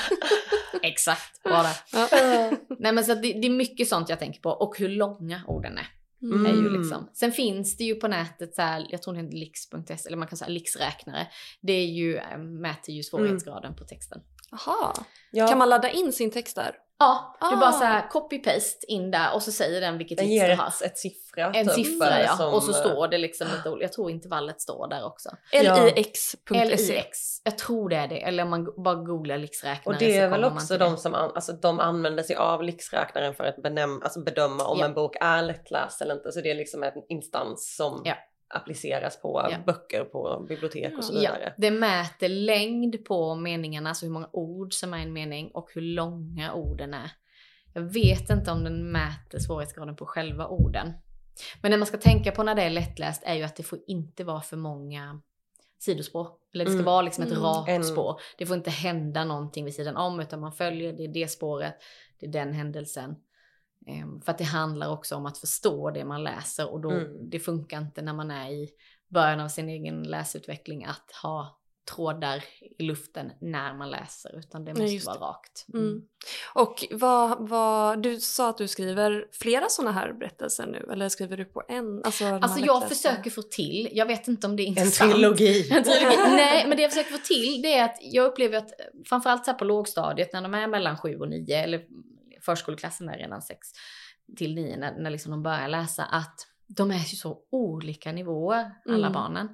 Exakt, bara. Nej men så att det är mycket sånt jag tänker på. Och hur långa orden är. Är ju liksom. Sen finns det ju på nätet så här, jag tror det är lix.se eller man kan säga lixräknare. Det är ju, mäter ju svårighetsgraden på texten. Jaha. Ja. Kan man ladda in sin text där? Ja, du bara så här copy-paste in där och så säger den vilket den text ger du har. ett siffra. En siffra, ja. Som, och så står det liksom lite olika. Jag tror intervallet står där också. lix.se. LIX. Jag tror det är det. Eller om man bara googlar lixräknare. Och det är väl också de de som de använder sig av lixräknaren för att bedöma om en bok är lättläst eller inte. Så det är liksom en instans som appliceras på böcker på bibliotek och så vidare. Ja, det mäter längd på meningarna, alltså hur många ord som är en mening och hur långa orden är. Jag vet inte om den mäter svårighetsgraden på själva orden. Men det man ska tänka på när det är lättläst är ju att det får inte vara för många sidospår. Eller det ska vara liksom ett rakt spår. Det får inte hända någonting vid sidan om, utan man följer det spåret, det är den händelsen. För att det handlar också om att förstå det man läser, och då det funkar inte när man är i början av sin egen läsutveckling att ha trådar i luften när man läser, utan det måste vara rakt. Och vad du sa att du skriver flera sådana här berättelser nu, eller skriver du på en? Alltså jag försöker få till, jag vet inte om det är intressant. En trilogi. Nej, men det jag försöker få till, det är att jag upplever att framförallt så här på lågstadiet när de är mellan 7 och 9, eller förskoleklassen är redan 6 till 9 när liksom de börjar läsa, att de är ju så olika nivåer, alla barnen.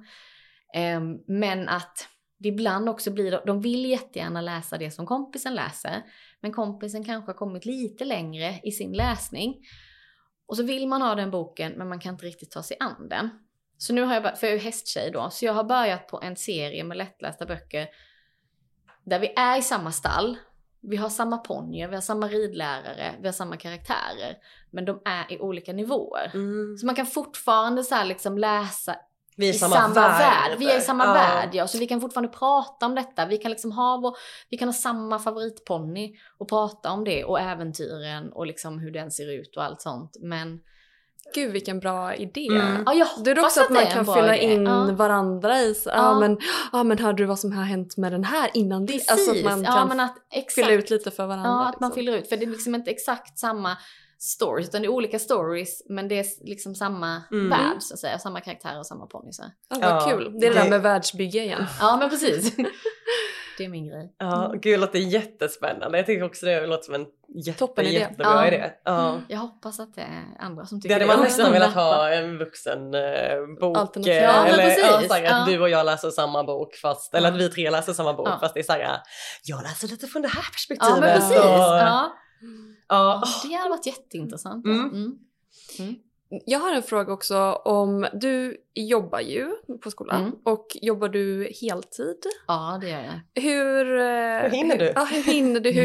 Men att det ibland också blir, de vill jättegärna läsa det som kompisen läser, men kompisen kanske har kommit lite längre i sin läsning. Och så vill man ha den boken, men man kan inte riktigt ta sig an den. Så nu har jag, för jag är hästtjej då, så jag har börjat på en serie med lättlästa böcker där vi är i samma stall. Vi har samma ponnyer, vi har samma ridlärare, vi har samma karaktärer. Men de är i olika nivåer. Så man kan fortfarande så här liksom läsa vi är i samma värld. Vi är i samma värld, ja. Så vi kan fortfarande prata om detta. Vi kan liksom vi kan ha samma favoritponny och prata om det. Och äventyren och liksom hur den ser ut och allt sånt. Men gud, vilken bra idé. Ja, det är också att man kan fylla in varandra i. Men hörde du vad som har hänt med den här innan det? Alltså att man kan fylla ut lite för varandra. Ja, att man fyller ut. För det är liksom inte exakt samma stories, utan det är olika stories, men det är liksom samma värld så att säga, samma karaktärer och samma ponnysar. Vad kul. Det är det där med världsbygge igen. Ja, men precis. Det är min grej. Ja, gud, det låter jättespännande. Jag tycker också det låter som en jättebra idé. Jag hoppas att det är andra som tycker det. Det hade man nästan velat ha en vuxen bok. Eller att du och jag läser samma bok fast, eller att vi 3 läser samma bok fast det är såhär, jag läser lite från det här perspektivet. Ja, men precis. Ja. Det hade varit jätteintressant. Jag har en fråga också om, du jobbar ju på skolan och jobbar du heltid? Ja, det gör jag. Hur hinner du? Ja, hur hinner du?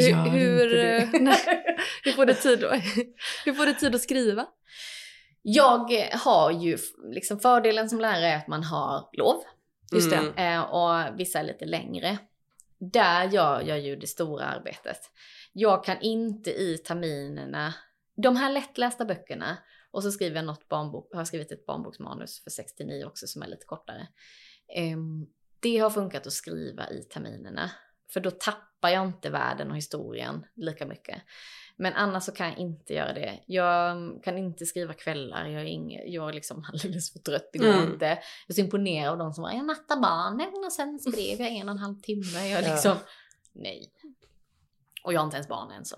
Hur får du tid då? Hur får du tid att skriva? Jag har ju liksom fördelen som lärare är att man har lov. Just det. Och vissa är lite längre. Där gör jag ju det stora arbetet. Jag kan inte i terminerna, de här lättlästa böckerna, och så skriver jag har skrivit ett barnboksmanus för 69 också som är lite kortare. Det har funkat att skriva i terminerna. För då tappar jag inte världen och historien lika mycket. Men annars så kan jag inte göra det. Jag kan inte skriva kvällar. Jag är liksom alldeles för trött. Det går inte. Jag är så imponerad av de som var, jag nattade barnen och sen skrev jag 1,5 timme. Jag liksom, nej. Och jag har inte ens barn än så.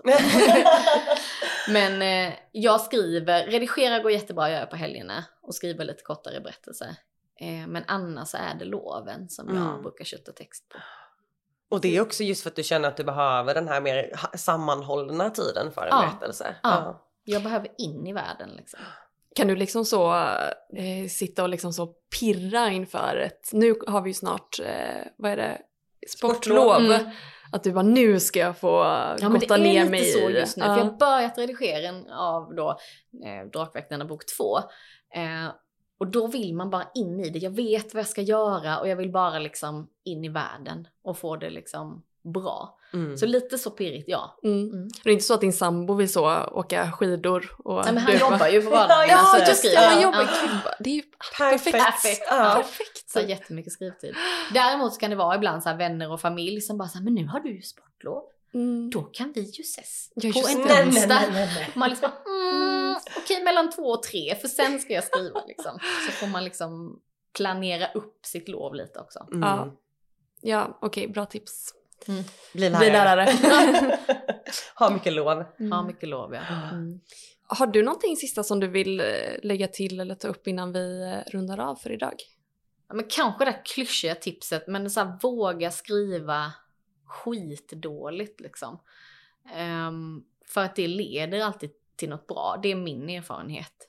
Men jag redigerar går jättebra, jag gör på helgerna. Och skriver lite kortare berättelser. Men annars är det loven som jag brukar kötta text på. Och det är också just för att du känner att du behöver den här mer sammanhållna tiden för en berättelse. Ja, jag behöver in i världen liksom. Kan du liksom så sitta och liksom så pirra inför nu har vi ju snart, vad är det? Sportlov. Att du bara, nu ska jag få gotta ner mig i. Ja, men det är lite så just nu. För jag har börjat redigeringen av då Drakväktarna bok 2. Och då vill man bara in i det. Jag vet vad jag ska göra och jag vill bara liksom in i världen och få det liksom bra. Så lite så pirrigt, ja. Det är inte så att din sambo vill så åka skidor? Och nej, men han jobbar ju på vardagen. Ja, just det. Han jobbar i Kuba. Det är ju perfekt. Perfekt. Så jättemycket skrivtid. Däremot kan det vara ibland så här vänner och familj som bara så här, men nu har du ju sportlov. Då kan vi ju ses på en onsdag. Man liksom okej, mellan 2 och 3, för sen ska jag skriva liksom. Så får man liksom planera upp sitt lov lite också. Ja, okej, bra tips. Bli lärare. Ha mycket lov. Ja. Har du någonting sista som du vill lägga till eller ta upp innan vi rundar av för idag? Ja, men kanske det klyschiga tipset, men så här, våga skriva skitdåligt liksom. För att det leder alltid till något bra. Det är min erfarenhet.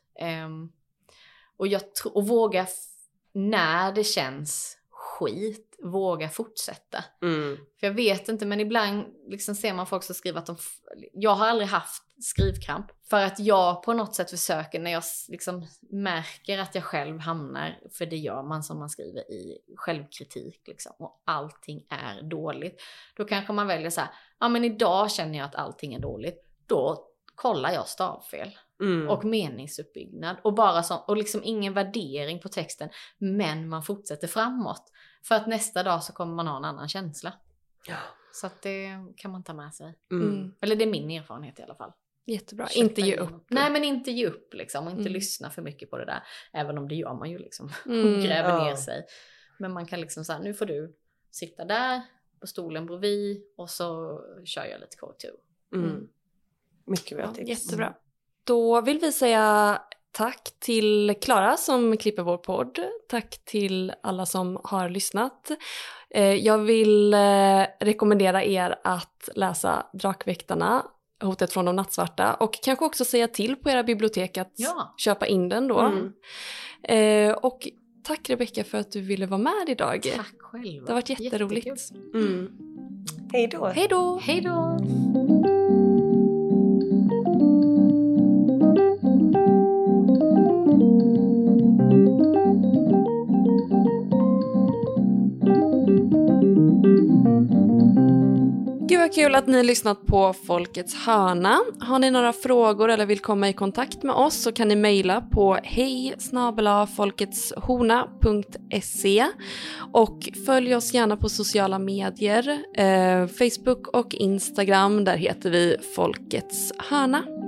Och våga när det känns skit, våga fortsätta. För jag vet inte, men ibland liksom ser man folk som skriver att jag har aldrig haft skrivkramp. För att jag på något sätt försöker, när jag liksom märker att jag själv hamnar, för det gör man som man skriver i självkritik liksom, och allting är dåligt. Då kanske man väljer så här, ja men idag känner jag att allting är dåligt. Då kollar jag stavfel och meningsuppbyggnad och bara och liksom ingen värdering på texten, men man fortsätter framåt för att nästa dag så kommer man ha en annan känsla. Så att det kan man ta med sig. Eller det är min erfarenhet i alla fall. Jättebra. Inte ge upp. Nej, men inte ge upp liksom, och inte lyssna för mycket på det där, även om det gör man ju liksom gräver ner sig. Men man kan liksom säga, nu får du sitta där på stolen bredvid och så kör jag lite korrektur. Mycket bra tips. Jättebra. Då vill vi säga tack till Klara som klipper vår podd. Tack till alla som har lyssnat. Jag vill rekommendera er att läsa Drakväktarna, Hotet från de nattsvarta, och kanske också säga till på era bibliotek att köpa in den då. Och tack Rebecka för att du ville vara med idag. Tack själv. Det har varit jätteroligt. Hej då. Hej då. Hej då. Gud vad kul att ni har lyssnat på Folkets hörna. Har ni några frågor eller vill komma i kontakt med oss så kan ni mejla på hej@folketshorna.se och följ oss gärna på sociala medier, Facebook och Instagram, där heter vi Folkets hörna.